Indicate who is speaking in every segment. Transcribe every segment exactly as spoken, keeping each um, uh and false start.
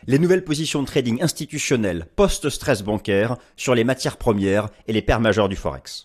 Speaker 1: les nouvelles positions de trading institutionnelles post-stress bancaire sur les matières premières et les paires majeures du Forex.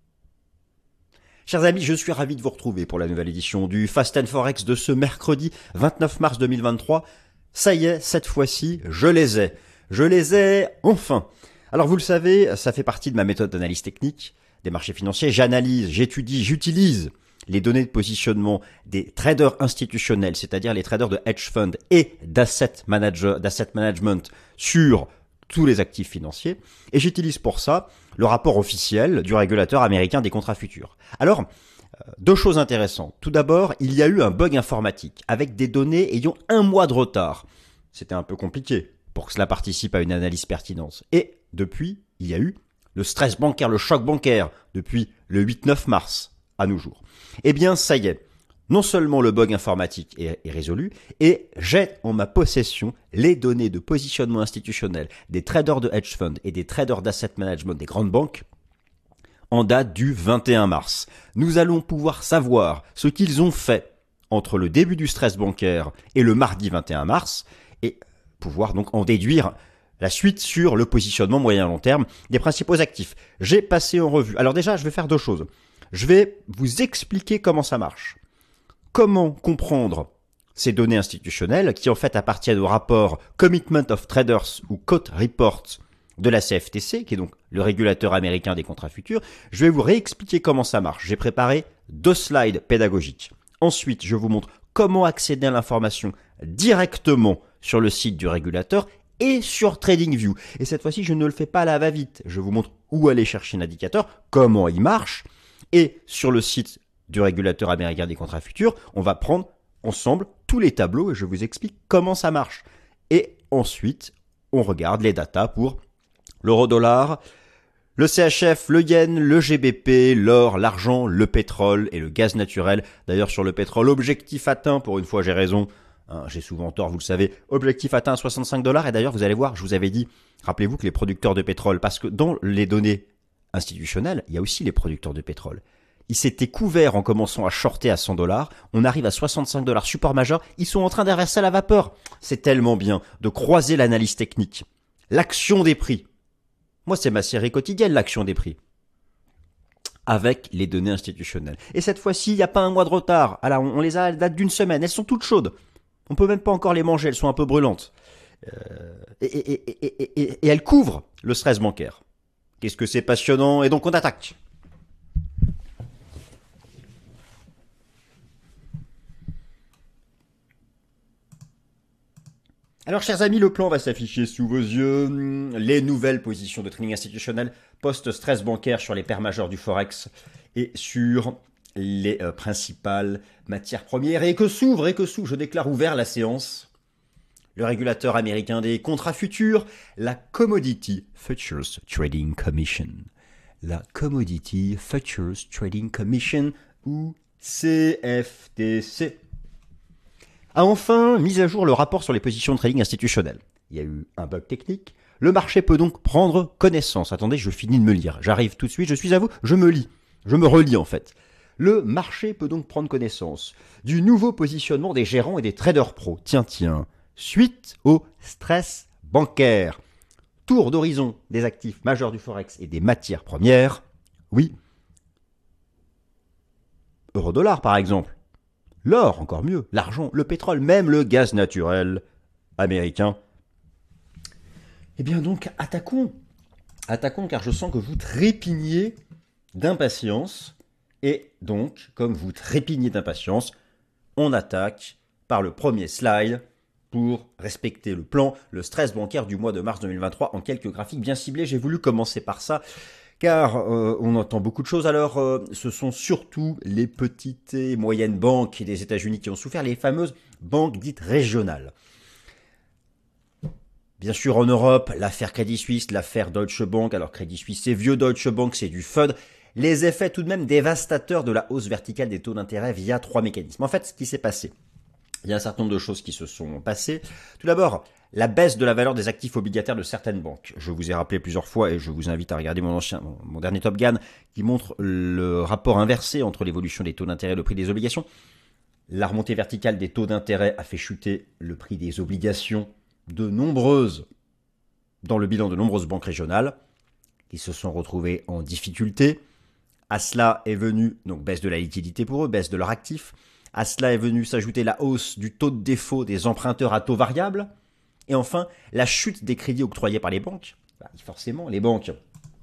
Speaker 1: Chers amis, je suis ravi de vous retrouver pour la nouvelle édition du Fast and Forex de ce mercredi vingt-neuf mars deux mille vingt-trois. Ça y est, cette fois-ci, je les ai. Je les ai enfin. Alors vous le savez, ça fait partie de ma méthode d'analyse technique des marchés financiers. J'analyse, j'étudie, j'utilise les données de positionnement des traders institutionnels, c'est-à-dire les traders de hedge fund et d'asset manager, d'asset management sur tous les actifs financiers. Et j'utilise pour ça le rapport officiel du régulateur américain des contrats futurs. Alors, deux choses intéressantes. Tout d'abord, il y a eu un bug informatique avec des données ayant un mois de retard. C'était un peu compliqué pour que cela participe à une analyse pertinente. Et depuis, il y a eu le stress bancaire, le choc bancaire, depuis le huit neuf mars à nos jours. Eh bien, ça y est. Non seulement le bug informatique est, est résolu, et j'ai en ma possession les données de positionnement institutionnel des traders de hedge fund et des traders d'asset management des grandes banques en date du vingt et un mars. Nous allons pouvoir savoir ce qu'ils ont fait entre le début du stress bancaire et le mardi vingt et un mars et pouvoir donc en déduire la suite sur le positionnement moyen long terme des principaux actifs. J'ai passé en revue. Alors déjà, je vais faire deux choses. Je vais vous expliquer comment ça marche. Comment comprendre ces données institutionnelles qui en fait appartiennent au rapport Commitment of Traders ou Quote Report de la C F T C, qui est donc le régulateur américain des contrats futurs. Je vais vous réexpliquer comment ça marche. J'ai préparé deux slides pédagogiques. Ensuite, je vous montre comment accéder à l'information directement sur le site du régulateur et sur TradingView. Et cette fois-ci, je ne le fais pas à la va-vite. Je vous montre où aller chercher un indicateur, comment il marche, et sur le site du régulateur américain des contrats futurs, on va prendre ensemble tous les tableaux et je vous explique comment ça marche. Et ensuite, on regarde les datas pour l'euro-dollar, le C H F, le yen, le G B P, l'or, l'argent, le pétrole et le gaz naturel. D'ailleurs, sur le pétrole, objectif atteint, pour une fois j'ai raison, hein, j'ai souvent tort, vous le savez, objectif atteint à soixante-cinq dollars. Et d'ailleurs, vous allez voir, je vous avais dit, rappelez-vous que les producteurs de pétrole, parce que dans les données institutionnelles, il y a aussi les producteurs de pétrole. Ils s'étaient couverts en commençant à shorter à cent dollars. On arrive à soixante-cinq dollars support majeur. Ils sont en train d'inverser la vapeur. C'est tellement bien de croiser l'analyse technique. L'action des prix. Moi, c'est ma série quotidienne, l'action des prix. Avec les données institutionnelles. Et cette fois-ci, il n'y a pas un mois de retard. Alors, on les a à la date d'une semaine. Elles sont toutes chaudes. On peut même pas encore les manger. Elles sont un peu brûlantes. Euh, et, et, et, et, et, et elles couvrent le stress bancaire. Qu'est-ce que c'est passionnant. Et donc, on attaque. Alors, chers amis, le plan va s'afficher sous vos yeux. Les nouvelles positions de trading institutionnel post-stress bancaire sur les paires majeures du Forex et sur les euh, principales matières premières. Et que s'ouvre, et que s'ouvre, je déclare ouvert la séance. Le régulateur américain des contrats futurs, la Commodity Futures Trading Commission. La Commodity Futures Trading Commission ou C F T C. A enfin mis à jour le rapport sur les positions de trading institutionnelles. Il y a eu un bug technique. Le marché peut donc prendre connaissance. Attendez, je finis de me lire. J'arrive tout de suite, je suis à vous, je me lis. Je me relis en fait. Le marché peut donc prendre connaissance du nouveau positionnement des gérants et des traders pros. Tiens, tiens. Suite au stress bancaire. Tour d'horizon des actifs majeurs du Forex et des matières premières. Oui. Euro-dollar par exemple. L'or, encore mieux, l'argent, le pétrole, même le gaz naturel américain. Eh bien donc, attaquons. Attaquons car je sens que vous trépignez d'impatience. Et donc, comme vous trépignez d'impatience, on attaque par le premier slide pour respecter le plan, le stress bancaire du mois de mars deux mille vingt-trois en quelques graphiques bien ciblés. J'ai voulu commencer par ça. Car euh, on entend beaucoup de choses. Alors, euh, ce sont surtout les petites et moyennes banques des États-Unis qui ont souffert, les fameuses banques dites régionales. Bien sûr, en Europe, l'affaire Crédit Suisse, l'affaire Deutsche Bank. Alors, Crédit Suisse, c'est vieux, Deutsche Bank, c'est du F U D. Les effets tout de même dévastateurs de la hausse verticale des taux d'intérêt via trois mécanismes. En fait, ce qui s'est passé, il y a un certain nombre de choses qui se sont passées. Tout d'abord, la baisse de la valeur des actifs obligataires de certaines banques. Je vous ai rappelé plusieurs fois et je vous invite à regarder mon, ancien, mon, mon dernier Top Gun qui montre le rapport inversé entre l'évolution des taux d'intérêt et le prix des obligations. La remontée verticale des taux d'intérêt a fait chuter le prix des obligations de nombreuses, dans le bilan de nombreuses banques régionales qui se sont retrouvées en difficulté. À cela est venue, donc baisse de la liquidité pour eux, baisse de leurs actifs. À cela est venue s'ajouter la hausse du taux de défaut des emprunteurs à taux variable. Et enfin, la chute des crédits octroyés par les banques. Bah, forcément, les banques,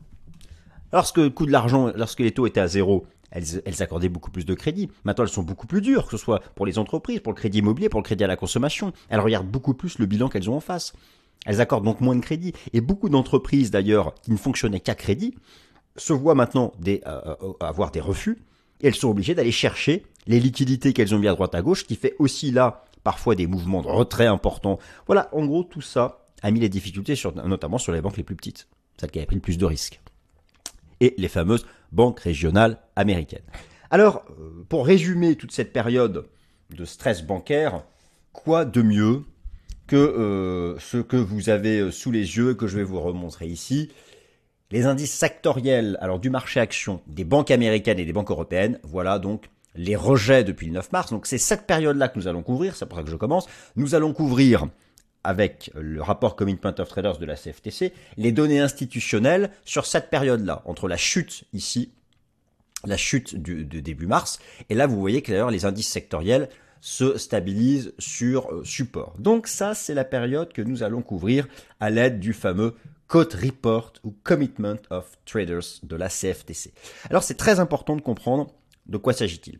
Speaker 1: lorsque le coût de l'argent, lorsque les taux étaient à zéro, elles, elles accordaient beaucoup plus de crédits. Maintenant, elles sont beaucoup plus dures, que ce soit pour les entreprises, pour le crédit immobilier, pour le crédit à la consommation. Elles regardent beaucoup plus le bilan qu'elles ont en face. Elles accordent donc moins de crédit. Et beaucoup d'entreprises, d'ailleurs, qui ne fonctionnaient qu'à crédit, se voient maintenant des, euh, avoir des refus. Et elles sont obligées d'aller chercher les liquidités qu'elles ont mis à droite à gauche, qui fait aussi là, parfois, des mouvements de retrait importants. Voilà, en gros, tout ça a mis les difficultés, sur, notamment sur les banques les plus petites, celles qui avaient pris le plus de risques. Et les fameuses banques régionales américaines. Alors, pour résumer toute cette période de stress bancaire, quoi de mieux que euh, ce que vous avez sous les yeux et que je vais vous remontrer ici. Les indices sectoriels alors du marché action des banques américaines et des banques européennes, voilà donc les rejets depuis le neuf mars. Donc c'est cette période-là que nous allons couvrir, c'est pour ça que je commence. Nous allons couvrir avec le rapport Commitment of Traders de la C F T C, les données institutionnelles sur cette période-là, entre la chute ici, la chute du, de début mars, et là vous voyez que d'ailleurs les indices sectoriels se stabilisent sur euh, support. Donc ça, c'est la période que nous allons couvrir à l'aide du fameux Quote Report ou Commitment of Traders de la C F T C. Alors c'est très important de comprendre de quoi s'agit-il.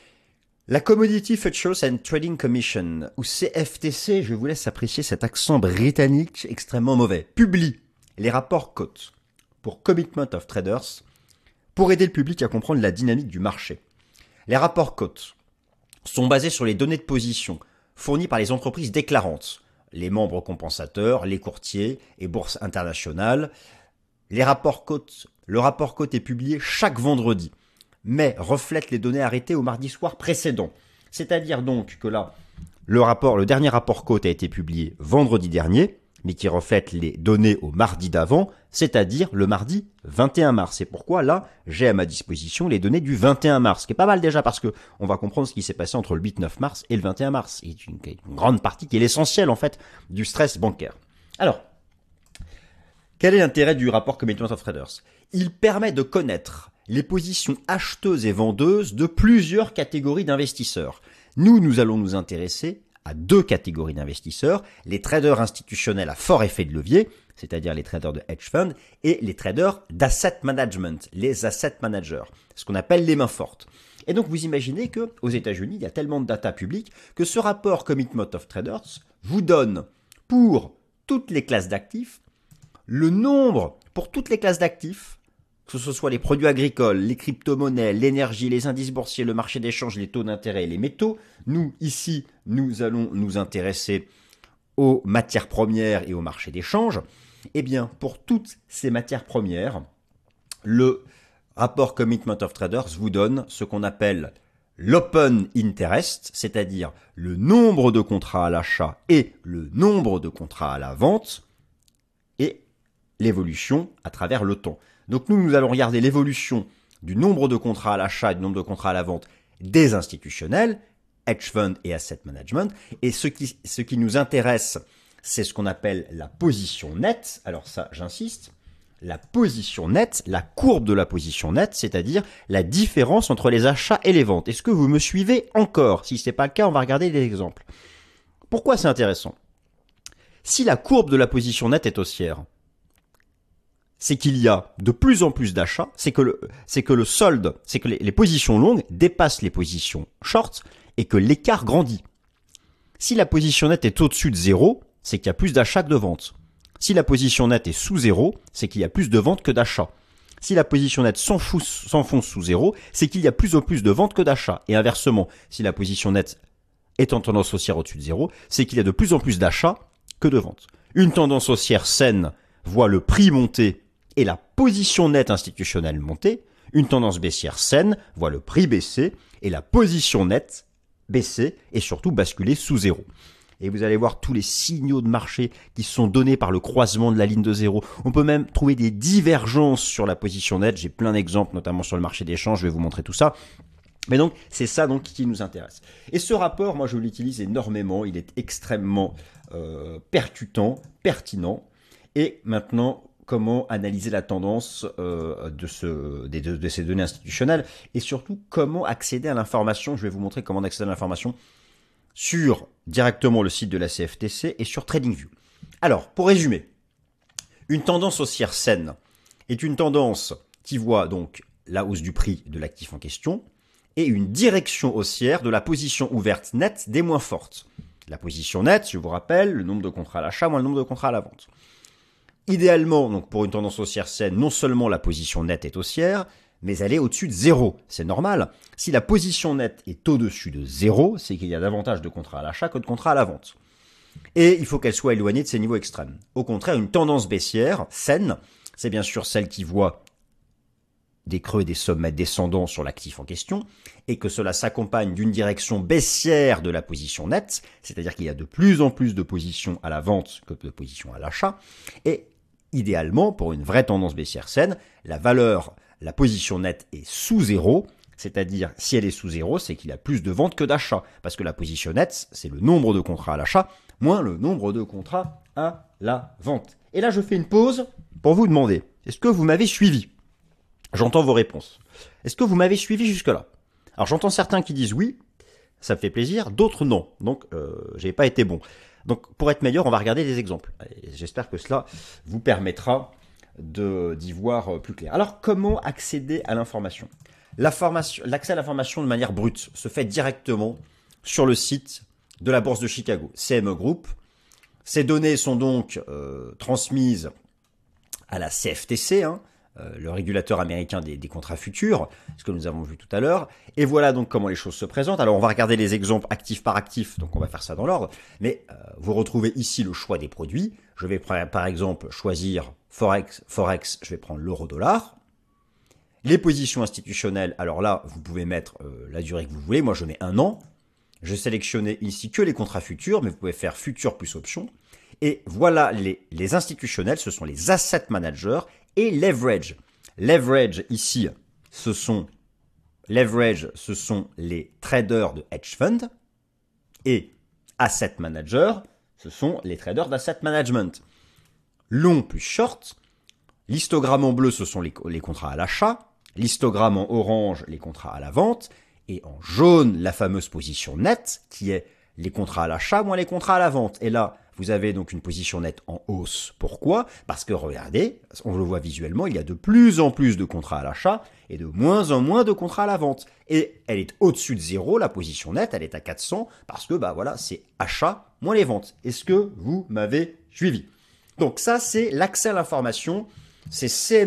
Speaker 1: La Commodity Futures and Trading Commission, ou C F T C, je vous laisse apprécier cet accent britannique extrêmement mauvais, publie les rapports cotes pour Commitment of Traders pour aider le public à comprendre la dynamique du marché. Les rapports cotes sont basés sur les données de position fournies par les entreprises déclarantes, les membres compensateurs, les courtiers et bourses internationales. Les rapports cotes, le rapport cote est publié chaque vendredi, mais reflète les données arrêtées au mardi soir précédent. C'est-à-dire donc que là, le rapport, le dernier rapport cote a été publié vendredi dernier, mais qui reflète les données au mardi d'avant, c'est-à-dire le mardi vingt et un mars. C'est pourquoi là, j'ai à ma disposition les données du vingt et un mars, ce qui est pas mal déjà parce que on va comprendre ce qui s'est passé entre le huit neuf mars et le vingt et un mars. C'est une, une grande partie qui est l'essentiel en fait du stress bancaire. Alors, quel est l'intérêt du rapport Commitment of Traders? Il permet de connaître les positions acheteuses et vendeuses de plusieurs catégories d'investisseurs. Nous, nous allons nous intéresser à deux catégories d'investisseurs, les traders institutionnels à fort effet de levier, c'est-à-dire les traders de hedge fund, et les traders d'asset management, les asset managers, ce qu'on appelle les mains fortes. Et donc vous imaginez que aux États-Unis, il y a tellement de data publique que ce rapport Commitment of Traders vous donne pour toutes les classes d'actifs le nombre, pour toutes les classes d'actifs, que ce soit les produits agricoles, les crypto-monnaies, l'énergie, les indices boursiers, le marché d'échange, les taux d'intérêt et les métaux. Nous, ici, nous allons nous intéresser aux matières premières et au marché d'échange. Eh bien, pour toutes ces matières premières, le rapport Commitment of Traders vous donne ce qu'on appelle l'open interest, c'est-à-dire le nombre de contrats à l'achat et le nombre de contrats à la vente, et l'évolution à travers le temps. Donc nous, nous allons regarder l'évolution du nombre de contrats à l'achat et du nombre de contrats à la vente des institutionnels, hedge fund et asset management. Et ce qui, ce qui nous intéresse, c'est ce qu'on appelle la position nette. Alors ça, j'insiste, la position nette, la courbe de la position nette, c'est-à-dire la différence entre les achats et les ventes. Est-ce que vous me suivez encore? Si ce n'est pas le cas, on va regarder des exemples. Pourquoi c'est intéressant? Si la courbe de la position nette est haussière, c'est qu'il y a de plus en plus d'achats, c'est que le, c'est que le solde, c'est que les, les positions longues dépassent les positions short et que l'écart grandit. Si la position nette est au-dessus de zéro, c'est qu'il y a plus d'achats que de ventes. Si la position nette est sous zéro, c'est qu'il y a plus de ventes que d'achats. Si la position nette s'enfonce, s'enfonce sous zéro, c'est qu'il y a plus ou plus de ventes que d'achats. Et inversement, si la position nette est en tendance haussière au-dessus de zéro, c'est qu'il y a de plus en plus d'achats que de ventes. Une tendance haussière saine voit le prix monter et la position nette institutionnelle monter. Une tendance baissière saine voit le prix baisser et la position nette baisser et surtout basculer sous zéro. Et vous allez voir tous les signaux de marché qui sont donnés par le croisement de la ligne de zéro. On peut même trouver des divergences sur la position nette. J'ai plein d'exemples, notamment sur le marché d'échange. Je vais vous montrer tout ça. Mais donc, c'est ça donc qui nous intéresse. Et ce rapport, moi, je l'utilise énormément. Il est extrêmement euh, percutant, pertinent. Et maintenant, comment analyser la tendance euh, de, ce, de, de, de ces données institutionnelles et surtout, comment accéder à l'information. Je vais vous montrer comment accéder à l'information sur directement le site de la C F T C et sur TradingView. Alors, pour résumer, une tendance haussière saine est une tendance qui voit donc la hausse du prix de l'actif en question et une direction haussière de la position ouverte nette des moins fortes. La position nette, je vous rappelle, le nombre de contrats à l'achat moins le nombre de contrats à la vente. Idéalement, donc pour une tendance haussière saine, non seulement la position nette est haussière, mais elle est au-dessus de zéro. C'est normal. Si la position nette est au-dessus de zéro, c'est qu'il y a davantage de contrats à l'achat que de contrats à la vente. Et il faut qu'elle soit éloignée de ces niveaux extrêmes. Au contraire, une tendance baissière, saine, c'est bien sûr celle qui voit des creux et des sommets descendants sur l'actif en question, et que cela s'accompagne d'une direction baissière de la position nette, c'est-à-dire qu'il y a de plus en plus de positions à la vente que de positions à l'achat, et idéalement, pour une vraie tendance baissière saine, la valeur, la position nette est sous zéro, c'est-à-dire si elle est sous zéro, c'est qu'il y a plus de ventes que d'achats, parce que la position nette, c'est le nombre de contrats à l'achat, moins le nombre de contrats à la vente. Et là, je fais une pause pour vous demander, est-ce que vous m'avez suivi ? J'entends vos réponses. Est-ce que vous m'avez suivi jusque-là? Alors j'entends certains qui disent oui, ça me fait plaisir, d'autres non. Donc euh, j'ai pas été bon. Donc pour être meilleur, on va regarder des exemples. Et j'espère que cela vous permettra de d'y voir plus clair. Alors comment accéder à l'information? L'information, l'accès à l'information de manière brute se fait directement sur le site de la Bourse de Chicago, C M E Group. Ces données sont donc euh, transmises à la C F T C, hein, euh, le régulateur américain des, des contrats futurs, ce que nous avons vu tout à l'heure. Et voilà donc comment les choses se présentent. Alors on va regarder les exemples actif par actif, donc on va faire ça dans l'ordre. Mais euh, vous retrouvez ici le choix des produits. Je vais par exemple choisir Forex, Forex, je vais prendre l'euro-dollar. Les positions institutionnelles, alors là, vous pouvez mettre euh, la durée que vous voulez. Moi, je mets un an. Je sélectionnais ici que les contrats futurs, mais vous pouvez faire futur plus option. Et voilà, les, les institutionnels, ce sont les asset managers et leverage. Leverage, ici, ce sont, leverage, ce sont les traders de hedge fund. Et asset manager, ce sont les traders d'asset management. Long plus short. L'histogramme en bleu, ce sont les, les contrats à l'achat. L'histogramme en orange, les contrats à la vente. Et en jaune, la fameuse position nette, qui est les contrats à l'achat moins les contrats à la vente. Et là, vous avez donc une position nette en hausse. Pourquoi? Parce que regardez, on le voit visuellement, il y a de plus en plus de contrats à l'achat et de moins en moins de contrats à la vente. Et elle est au-dessus de zéro, la position nette, elle est à quatre cents, parce que bah voilà, c'est achat moins les ventes. Est-ce que vous m'avez suivi? Donc ça, c'est l'accès à l'information. C'est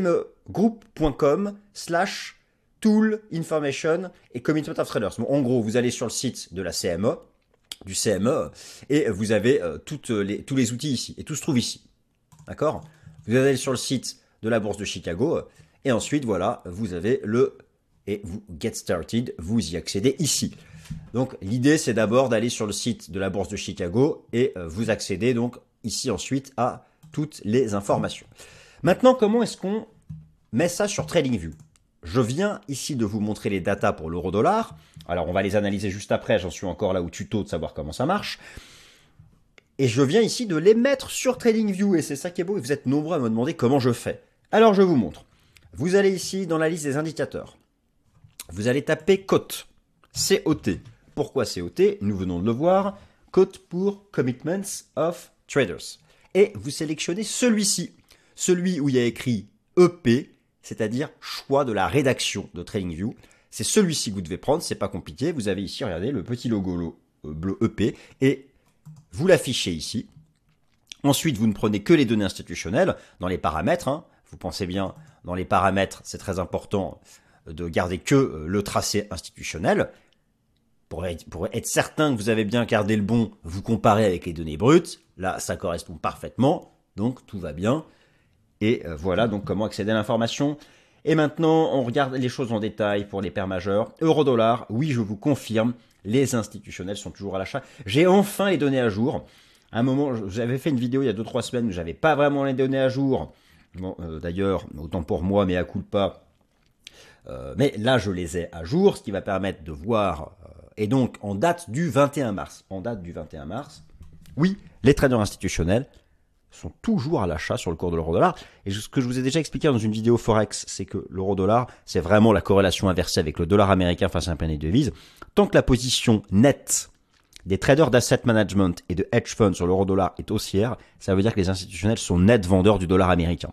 Speaker 1: cmegroup.com slash tool information et commitment of traders. Bon, en gros, vous allez sur le site de la C M E, du C M E, et vous avez euh, toutes les, tous les outils ici, et tout se trouve ici. D'accord? Vous allez sur le site de la Bourse de Chicago, et ensuite, voilà, vous avez le, et vous, get started, vous y accédez ici. Donc, l'idée, c'est d'abord d'aller sur le site de la Bourse de Chicago, et euh, vous accédez donc ici ensuite à toutes les informations. Maintenant, comment est-ce qu'on met ça sur TradingView? Je viens ici de vous montrer les datas pour l'euro-dollar. Alors, on va les analyser juste après. J'en suis encore là au tuto de savoir comment ça marche. Et je viens ici de les mettre sur TradingView. Et c'est ça qui est beau. Et vous êtes nombreux à me demander comment je fais. Alors, je vous montre. Vous allez ici dans la liste des indicateurs. Vous allez taper cote. C O T. Pourquoi C O T? Nous venons de le voir. Cote pour Commitments of Traders. Et vous sélectionnez celui-ci. Celui où il y a écrit E P, c'est-à-dire choix de la rédaction de TradingView. C'est celui-ci que vous devez prendre, c'est pas compliqué. Vous avez ici, regardez, le petit logo bleu E P et vous l'affichez ici. Ensuite, vous ne prenez que les données institutionnelles dans les paramètres. Hein. Vous pensez bien, dans les paramètres, c'est très important de garder que le tracé institutionnel. Pour être, pour être certain que vous avez bien gardé le bon, vous comparez avec les données brutes. Là, ça correspond parfaitement, donc tout va bien. Et voilà donc comment accéder à l'information. Et maintenant, on regarde les choses en détail pour les paires majeures. Euro-dollar, oui, je vous confirme, les institutionnels sont toujours à l'achat. J'ai enfin les données à jour. À un moment, j'avais fait une vidéo il y a deux trois semaines où j'avais pas vraiment les données à jour. Bon, euh, d'ailleurs, autant pour moi, mais à coup de pas. Euh, mais là, je les ai à jour, ce qui va permettre de voir. Euh, et donc, en date du vingt et un mars. En date du vingt et un mars, oui, les traders institutionnels sont toujours à l'achat sur le cours de l'euro-dollar. Et ce que je vous ai déjà expliqué dans une vidéo Forex, c'est que l'euro-dollar, c'est vraiment la corrélation inversée avec le dollar américain face à un panier de devises. Tant que la position nette des traders d'asset management et de hedge funds sur l'euro-dollar est haussière, ça veut dire que les institutionnels sont nets vendeurs du dollar américain.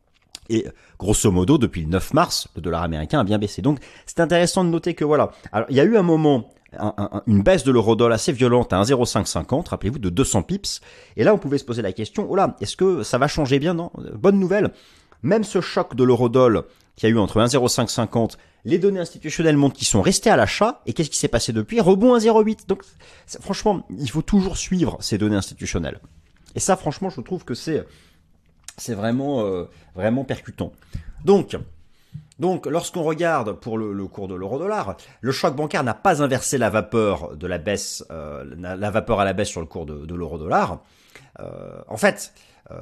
Speaker 1: Et grosso modo, depuis le neuf mars, le dollar américain a bien baissé. Donc, c'est intéressant de noter que voilà. Alors, il y a eu un moment, un, un, une baisse de l'euro-dollar assez violente à un virgule zéro cinq cinquante, rappelez-vous, de deux cents pips. Et là, on pouvait se poser la question, oh là, est-ce que ça va changer bien, non? Bonne nouvelle. Même ce choc de l'euro-dollar qu'il y a eu entre un virgule zéro cinq cinquante, les données institutionnelles montrent qu'ils sont restés à l'achat. Et qu'est-ce qui s'est passé depuis? Rebond à zéro virgule huit. Donc, franchement, il faut toujours suivre ces données institutionnelles. Et ça, franchement, je trouve que c'est... C'est vraiment, euh, vraiment percutant. Donc, donc lorsqu'on regarde pour le, le cours de l'euro-dollar, le choc bancaire n'a pas inversé la vapeur de la baisse, euh, la vapeur à la baisse sur le cours de, de l'euro-dollar. Euh, en fait, euh,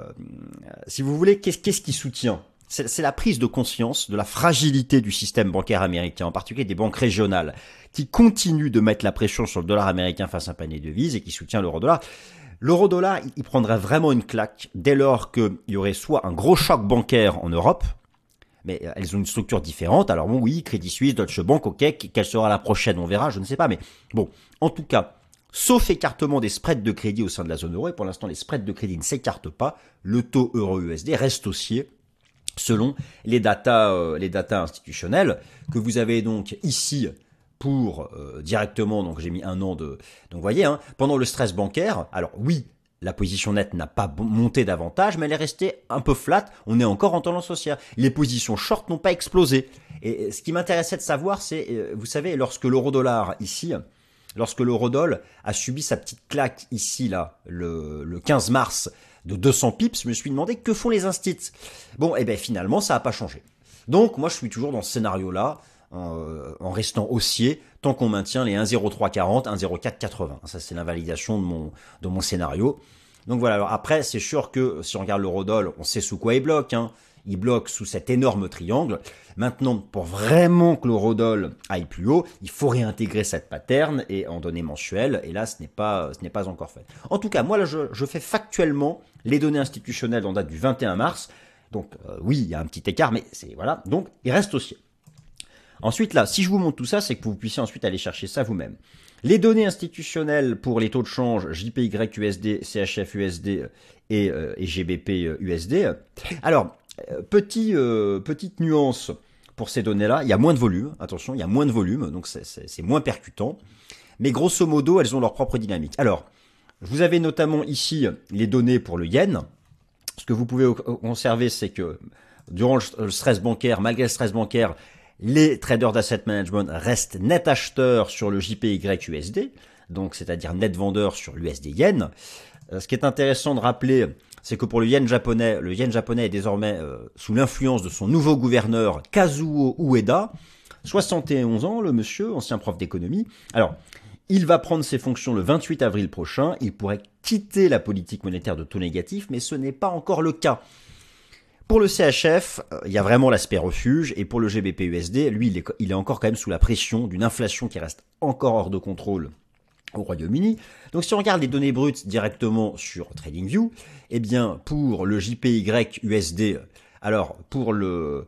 Speaker 1: si vous voulez, qu'est-ce, qu'est-ce qui soutient? C'est, c'est la prise de conscience de la fragilité du système bancaire américain, en particulier des banques régionales, qui continuent de mettre la pression sur le dollar américain face à un panier de devises et qui soutient l'euro-dollar. L'euro-dollar, il prendrait vraiment une claque dès lors qu'il y aurait soit un gros choc bancaire en Europe, mais elles ont une structure différente. Alors bon, oui, Crédit Suisse, Deutsche Bank, ok, quelle sera la prochaine, on verra, je ne sais pas. Mais bon, en tout cas, sauf écartement des spreads de crédit au sein de la zone euro, et pour l'instant les spreads de crédit ne s'écartent pas, le taux euro-U S D reste haussier selon les datas, euh, les datas institutionnelles que vous avez donc ici pour euh, directement, donc j'ai mis un an de... Donc vous voyez, hein, pendant le stress bancaire, alors oui, la position nette n'a pas monté davantage, mais elle est restée un peu flat, on est encore en tendance haussière. Les positions short n'ont pas explosé. Et ce qui m'intéressait de savoir, c'est, euh, vous savez, lorsque l'euro-dollar ici, lorsque l'euro-dollar a subi sa petite claque ici, là, le, le quinze mars de deux cents pips, je me suis demandé que font les instits. Bon, et bien finalement, ça n'a pas changé. Donc moi, je suis toujours dans ce scénario-là, en restant haussier tant qu'on maintient les un virgule zéro trois quarante, un virgule zéro quatre quatre-vingts. Ça, c'est l'invalidation de mon, de mon scénario. Donc voilà, alors après, c'est sûr que si on regarde l'euro-dollar, on sait sous quoi il bloque. Hein. Il bloque sous cet énorme triangle. Maintenant, pour vraiment que l'euro-dollar aille plus haut, il faut réintégrer cette pattern et en données mensuelles. Et là, ce n'est pas, ce n'est pas encore fait. En tout cas, moi, là, je, je fais factuellement les données institutionnelles en date du vingt et un mars. Donc euh, oui, il y a un petit écart, mais c'est voilà. Donc, il reste haussier. Ensuite, là, si je vous montre tout ça, c'est que vous puissiez ensuite aller chercher ça vous-même. Les données institutionnelles pour les taux de change J P Y U S D, C H F U S D et, euh, et G B P U S D. Alors, euh, petit, euh, petite nuance pour ces données-là, il y a moins de volume, attention, il y a moins de volume, donc c'est, c'est, c'est moins percutant. Mais grosso modo, elles ont leur propre dynamique. Alors, vous avez notamment ici les données pour le yen. Ce que vous pouvez observer, c'est que durant le stress bancaire, malgré le stress bancaire, les traders d'asset management restent net acheteurs sur le J P Y U S D, donc c'est-à-dire net vendeurs sur l'U S D yen. Euh, ce qui est intéressant de rappeler, c'est que pour le yen japonais, le yen japonais est désormais euh, sous l'influence de son nouveau gouverneur Kazuo Ueda, soixante et onze ans, le monsieur, ancien prof d'économie. Alors, il va prendre ses fonctions le vingt-huit avril prochain, il pourrait quitter la politique monétaire de taux négatif, mais ce n'est pas encore le cas. Pour le C H F, il y a vraiment l'aspect refuge, et pour le G B P U S D, lui, il est, il est encore quand même sous la pression d'une inflation qui reste encore hors de contrôle au Royaume-Uni. Donc si on regarde les données brutes directement sur TradingView, eh bien pour le J P Y U S D, alors pour le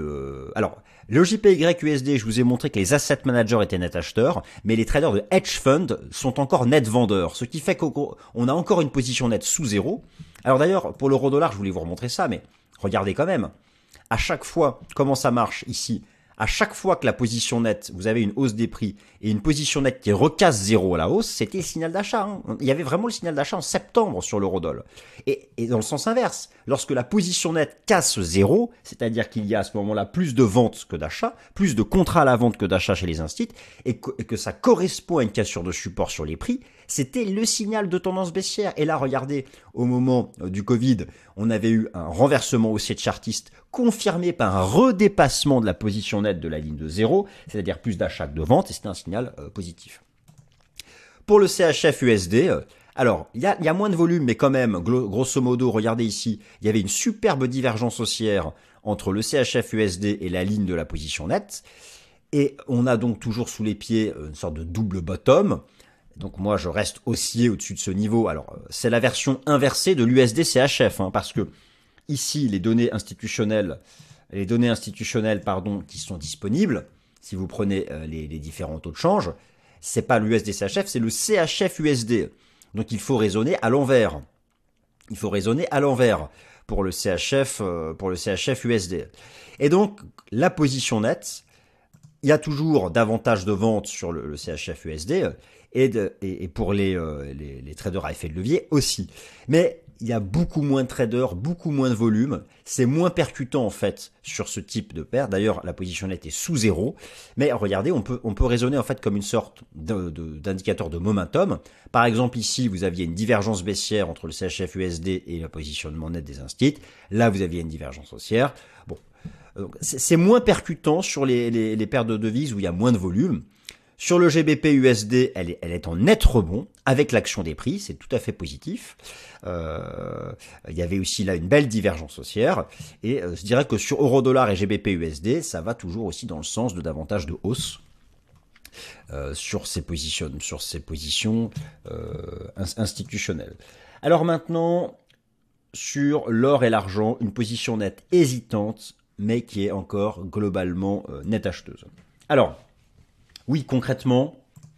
Speaker 1: le alors le J P Y U S D, je vous ai montré que les asset managers étaient net acheteurs, mais les traders de hedge fund sont encore net vendeurs, ce qui fait qu'on a encore une position nette sous zéro. Alors d'ailleurs, pour l'euro dollar, je voulais vous remontrer ça, mais regardez quand même. À chaque fois, comment ça marche ici? À chaque fois que la position nette, vous avez une hausse des prix et une position nette qui recasse zéro à la hausse, c'était le signal d'achat. Hein. Il y avait vraiment le signal d'achat en septembre sur l'euro-dollar. Et, et dans le sens inverse, lorsque la position nette casse zéro, c'est-à-dire qu'il y a à ce moment-là plus de ventes que d'achats, plus de contrats à la vente que d'achats chez les instituts, et que, et que ça correspond à une cassure de support sur les prix, c'était le signal de tendance baissière. Et là, regardez, au moment du Covid, on avait eu un renversement haussier de chartiste confirmé par un redépassement de la position nette de la ligne de zéro, c'est-à-dire plus d'achats que de ventes, et c'était un signal euh, positif. Pour le C H F U S D, euh, alors, il y a, y a moins de volume, mais quand même, grosso modo, regardez ici, il y avait une superbe divergence haussière entre le C H F U S D et la ligne de la position nette. Et on a donc toujours sous les pieds une sorte de double bottom. Donc moi, je reste haussier au-dessus de ce niveau. Alors, c'est la version inversée de l'U S D C H F, hein, parce que ici, les données institutionnelles, les données institutionnelles, pardon, qui sont disponibles, si vous prenez euh, les, les différents taux de change, c'est pas l'U S D C H F, c'est le C H F U S D. Donc il faut raisonner à l'envers. Il faut raisonner à l'envers pour le C H F, euh, pour le C H F U S D. Et donc la position nette, il y a toujours davantage de ventes sur le, le C H F U S D et, de, et, et pour les, euh, les, les traders à effet de levier aussi. Mais il y a beaucoup moins de traders, beaucoup moins de volume. C'est moins percutant en fait sur ce type de paire. D'ailleurs, la position nette est sous zéro. Mais regardez, on peut, on peut raisonner en fait comme une sorte de, de, d'indicateur de momentum. Par exemple, ici, vous aviez une divergence baissière entre le C H F U S D et le positionnement net des instituts. Là, vous aviez une divergence haussière. Bon, c'est moins percutant sur les, les, les paires de devises où il y a moins de volume. Sur le G B P U S D, elle est, elle est en net rebond avec l'action des prix, c'est tout à fait positif. Euh, il y avait aussi là une belle divergence haussière. Et euh, je dirais que sur euro-dollar et G B P U S D, ça va toujours aussi dans le sens de davantage de hausse euh, sur ces positions, sur ces positions euh, institutionnelles. Alors maintenant, sur l'or et l'argent, une position nette hésitante, mais qui est encore globalement euh, nette acheteuse. Alors, oui, concrètement,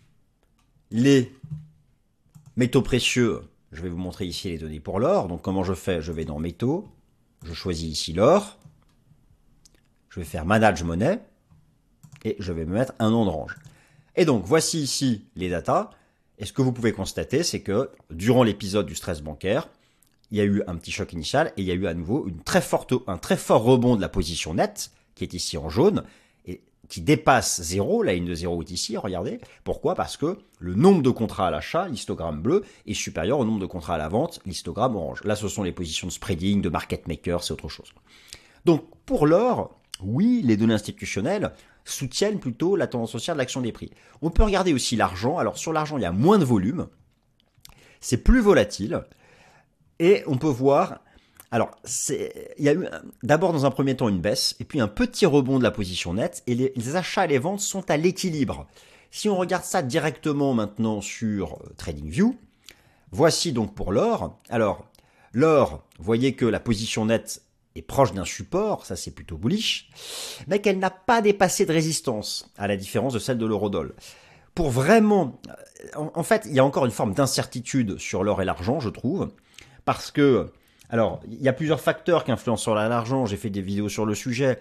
Speaker 1: les métaux précieux, je vais vous montrer ici les données pour l'or. Donc comment je fais? Je vais dans métaux, je choisis ici l'or, je vais faire manage monnaie et je vais me mettre un nom de range. Et donc voici ici les datas. Et ce que vous pouvez constater, c'est que durant l'épisode du stress bancaire, il y a eu un petit choc initial et il y a eu à nouveau une très forte, un très fort rebond de la position nette, qui est ici en jaune, et qui dépasse zéro, la ligne de zéro est ici, regardez. Pourquoi? Parce que le nombre de contrats à l'achat, l'histogramme bleu, est supérieur au nombre de contrats à la vente, l'histogramme orange. Là, ce sont les positions de spreading, de market maker, c'est autre chose. Donc, pour l'or, oui, les données institutionnelles soutiennent plutôt la tendance haussière de l'action des prix. On peut regarder aussi l'argent. Alors, sur l'argent, il y a moins de volume, c'est plus volatile, et on peut voir... Alors, c'est, il y a eu d'abord dans un premier temps une baisse, et puis un petit rebond de la position nette, et les, les achats et les ventes sont à l'équilibre. Si on regarde ça directement maintenant sur TradingView, voici donc pour l'or. Alors, l'or, vous voyez que la position nette est proche d'un support, ça c'est plutôt bullish, mais qu'elle n'a pas dépassé de résistance, à la différence de celle de l'eurodoll. Pour vraiment... En, en fait, il y a encore une forme d'incertitude sur l'or et l'argent, je trouve, parce que... Alors, il y a plusieurs facteurs qui influencent sur l'argent. J'ai fait des vidéos sur le sujet.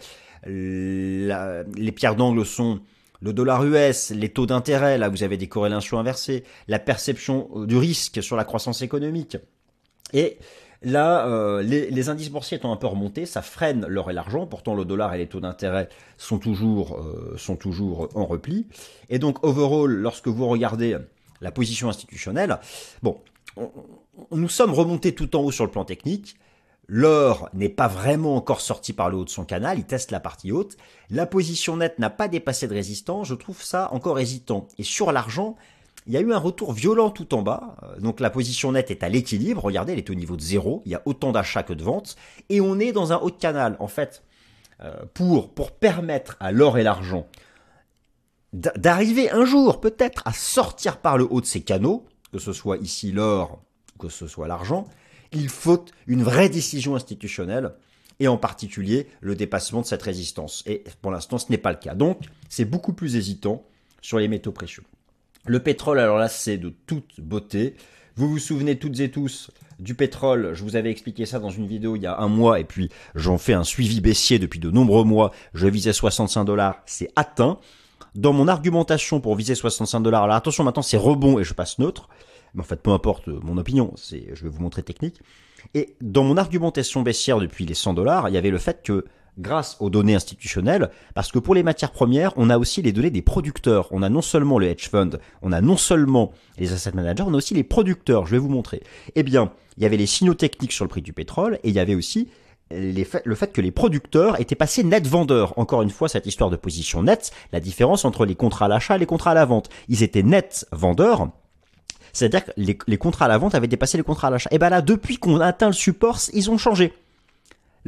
Speaker 1: La, les pierres d'angle sont le dollar U S, les taux d'intérêt. Là, vous avez des corrélations inversées. La perception du risque sur la croissance économique. Et là, euh, les, les indices boursiers étant un peu remontés, ça freine l'or et l'argent. Pourtant, le dollar et les taux d'intérêt sont toujours, euh, sont toujours en repli. Et donc, overall, lorsque vous regardez la position institutionnelle, bon... On, nous sommes remontés tout en haut sur le plan technique. L'or n'est pas vraiment encore sorti par le haut de son canal, il teste la partie haute. La position nette n'a pas dépassé de résistance, je trouve ça encore hésitant. Et sur l'argent, il y a eu un retour violent tout en bas. Donc la position nette est à l'équilibre, regardez, elle est au niveau de zéro, il y a autant d'achats que de ventes. Et on est dans un haut de canal. En fait, pour, pour permettre à l'or et l'argent d'arriver un jour peut-être à sortir par le haut de ces canaux, que ce soit ici l'or, que ce soit l'argent, il faut une vraie décision institutionnelle et en particulier le dépassement de cette résistance. Et pour l'instant, ce n'est pas le cas. Donc, c'est beaucoup plus hésitant sur les métaux précieux. Le pétrole, alors là, c'est de toute beauté. Vous vous souvenez toutes et tous du pétrole, je vous avais expliqué ça dans une vidéo il y a un mois et puis j'en fais un suivi baissier depuis de nombreux mois. Je visais soixante-cinq dollars, c'est atteint. Dans mon argumentation pour viser soixante-cinq dollars, alors attention maintenant c'est rebond et je passe neutre, mais en fait peu importe mon opinion, c'est, je vais vous montrer technique. Et dans mon argumentation baissière depuis les cent dollars, il y avait le fait que grâce aux données institutionnelles, parce que pour les matières premières, on a aussi les données des producteurs. On a non seulement les hedge funds, on a non seulement les asset managers, on a aussi les producteurs, je vais vous montrer. Eh bien, il y avait les signaux techniques sur le prix du pétrole et il y avait aussi Les faits, le fait que les producteurs étaient passés net vendeurs. Encore une fois, cette histoire de position nette, la différence entre les contrats à l'achat et les contrats à la vente. Ils étaient net vendeurs, c'est-à-dire que les, les contrats à la vente avaient dépassé les contrats à l'achat. Et bien là, depuis qu'on a atteint le support, ils ont changé.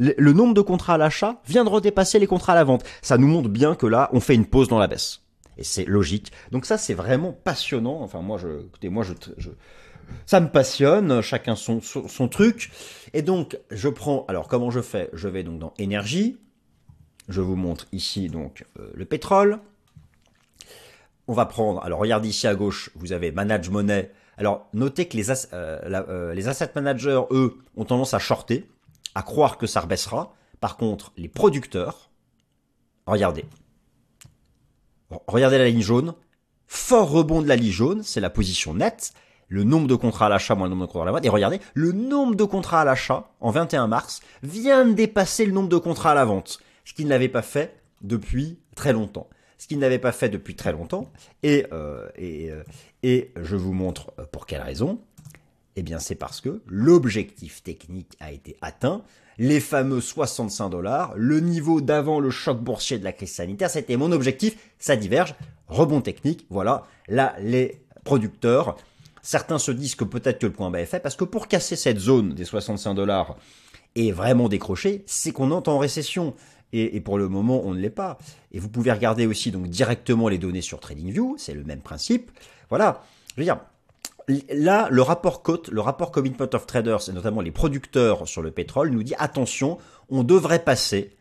Speaker 1: le, le nombre de contrats à l'achat vient de redépasser les contrats à la vente. Ça nous montre bien que là, on fait une pause dans la baisse. Et c'est logique. Donc ça, c'est vraiment passionnant. Enfin, moi, je, écoutez, moi, je, je ça me passionne. Chacun son, son, son truc. Et donc, je prends, alors comment je fais? Je vais donc dans énergie. Je vous montre ici, donc, euh, le pétrole. On va prendre, alors regardez ici à gauche, vous avez Manage Money. Alors, notez que les, as, euh, la, euh, les asset managers, eux, ont tendance à shorter, à croire que ça rebaissera. Par contre, les producteurs, regardez. Regardez la ligne jaune. Fort rebond de la ligne jaune, c'est la position nette. Le nombre de contrats à l'achat moins le nombre de contrats à la vente. Et regardez, le nombre de contrats à l'achat, en vingt et un mars, vient de dépasser le nombre de contrats à la vente. Ce qui ne l'avait pas fait depuis très longtemps. Ce qui ne l'avait pas fait depuis très longtemps. Et, euh, et, euh, et je vous montre pour quelle raison. Eh bien, c'est parce que l'objectif technique a été atteint. Les fameux soixante-cinq dollars, le niveau d'avant le choc boursier de la crise sanitaire, c'était mon objectif, ça diverge, rebond technique, voilà, là les producteurs, certains se disent que peut-être que le point bas est fait, parce que pour casser cette zone des soixante-cinq dollars et vraiment décrocher, c'est qu'on entre en récession, et, et pour le moment on ne l'est pas, et vous pouvez regarder aussi donc directement les données sur TradingView, c'est le même principe, voilà, je veux dire, là, le rapport cote, le rapport Commitment of Traders, et notamment les producteurs sur le pétrole, nous dit attention, on devrait passer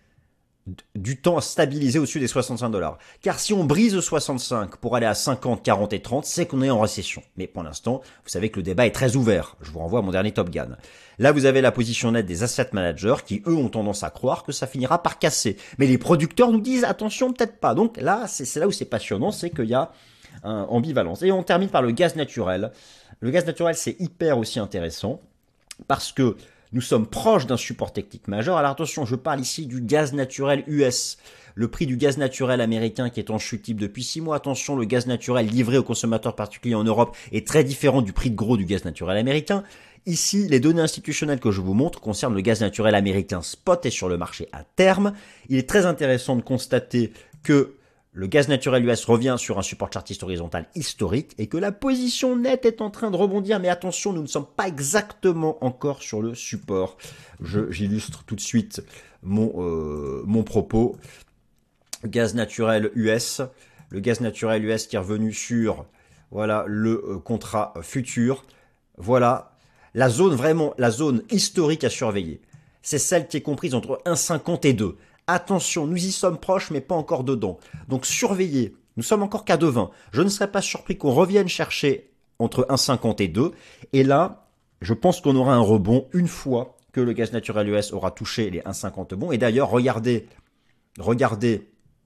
Speaker 1: du temps à stabiliser au-dessus des soixante-cinq dollars. Car si on brise soixante-cinq pour aller à cinquante, quarante et trente, c'est qu'on est en récession. Mais pour l'instant, vous savez que le débat est très ouvert. Je vous renvoie à mon dernier Top Gun. Là, vous avez la position nette des asset managers qui, eux, ont tendance à croire que ça finira par casser. Mais les producteurs nous disent attention, peut-être pas. Donc là, c'est là où c'est passionnant, c'est qu'il y a un ambivalence. Et on termine par le gaz naturel. Le gaz naturel, c'est hyper aussi intéressant parce que nous sommes proches d'un support technique majeur. Alors attention, je parle ici du gaz naturel U S. Le prix du gaz naturel américain qui est en chute libre depuis six mois. Attention, le gaz naturel livré aux consommateurs particuliers en Europe est très différent du prix de gros du gaz naturel américain. Ici, les données institutionnelles que je vous montre concernent le gaz naturel américain spot et sur le marché à terme. Il est très intéressant de constater que le gaz naturel U S revient sur un support chartiste horizontal historique et que la position nette est en train de rebondir. Mais attention, nous ne sommes pas exactement encore sur le support. Je, j'illustre tout de suite mon, euh, mon propos. Gaz naturel U S. Le gaz naturel U S qui est revenu sur voilà, le euh, contrat futur. Voilà la zone vraiment, la zone historique à surveiller. C'est celle qui est comprise entre un virgule cinquante et deux. Attention, nous y sommes proches, mais pas encore dedans. Donc surveillez, nous sommes encore qu'à deux virgule vingt. Je ne serais pas surpris qu'on revienne chercher entre un virgule cinquante et deux. Et là, je pense qu'on aura un rebond une fois que le gaz naturel U S aura touché les un virgule cinquante bons. Et d'ailleurs, regardez, regardez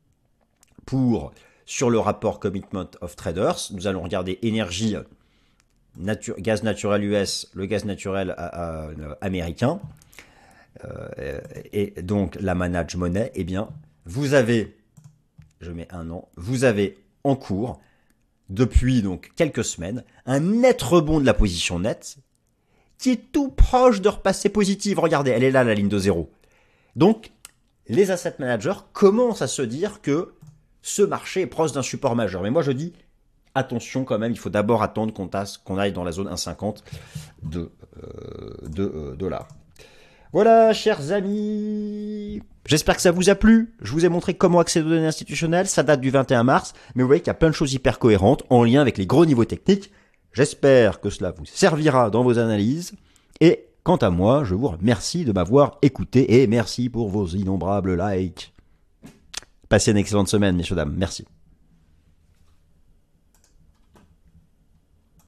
Speaker 1: pour sur le rapport Commitment of Traders, nous allons regarder énergie, nature, gaz naturel U S, le gaz naturel euh, euh, américain. Euh, et donc la Manage Money, eh bien, vous avez, je mets un an, vous avez en cours, depuis donc quelques semaines, un net rebond de la position nette qui est tout proche de repasser positive. Regardez, elle est là, la ligne de zéro. Donc, les asset managers commencent à se dire que ce marché est proche d'un support majeur. Mais moi, je dis, attention quand même, il faut d'abord attendre qu'on, tasse, qu'on aille dans la zone un virgule cinquante de, euh, de euh, dollars. Voilà, chers amis, j'espère que ça vous a plu. Je vous ai montré comment accéder aux données institutionnelles. Ça date du vingt et un mars, mais vous voyez qu'il y a plein de choses hyper cohérentes en lien avec les gros niveaux techniques. J'espère que cela vous servira dans vos analyses. Et quant à moi, je vous remercie de m'avoir écouté et merci pour vos innombrables likes. Passez une excellente semaine, messieurs, dames. Merci.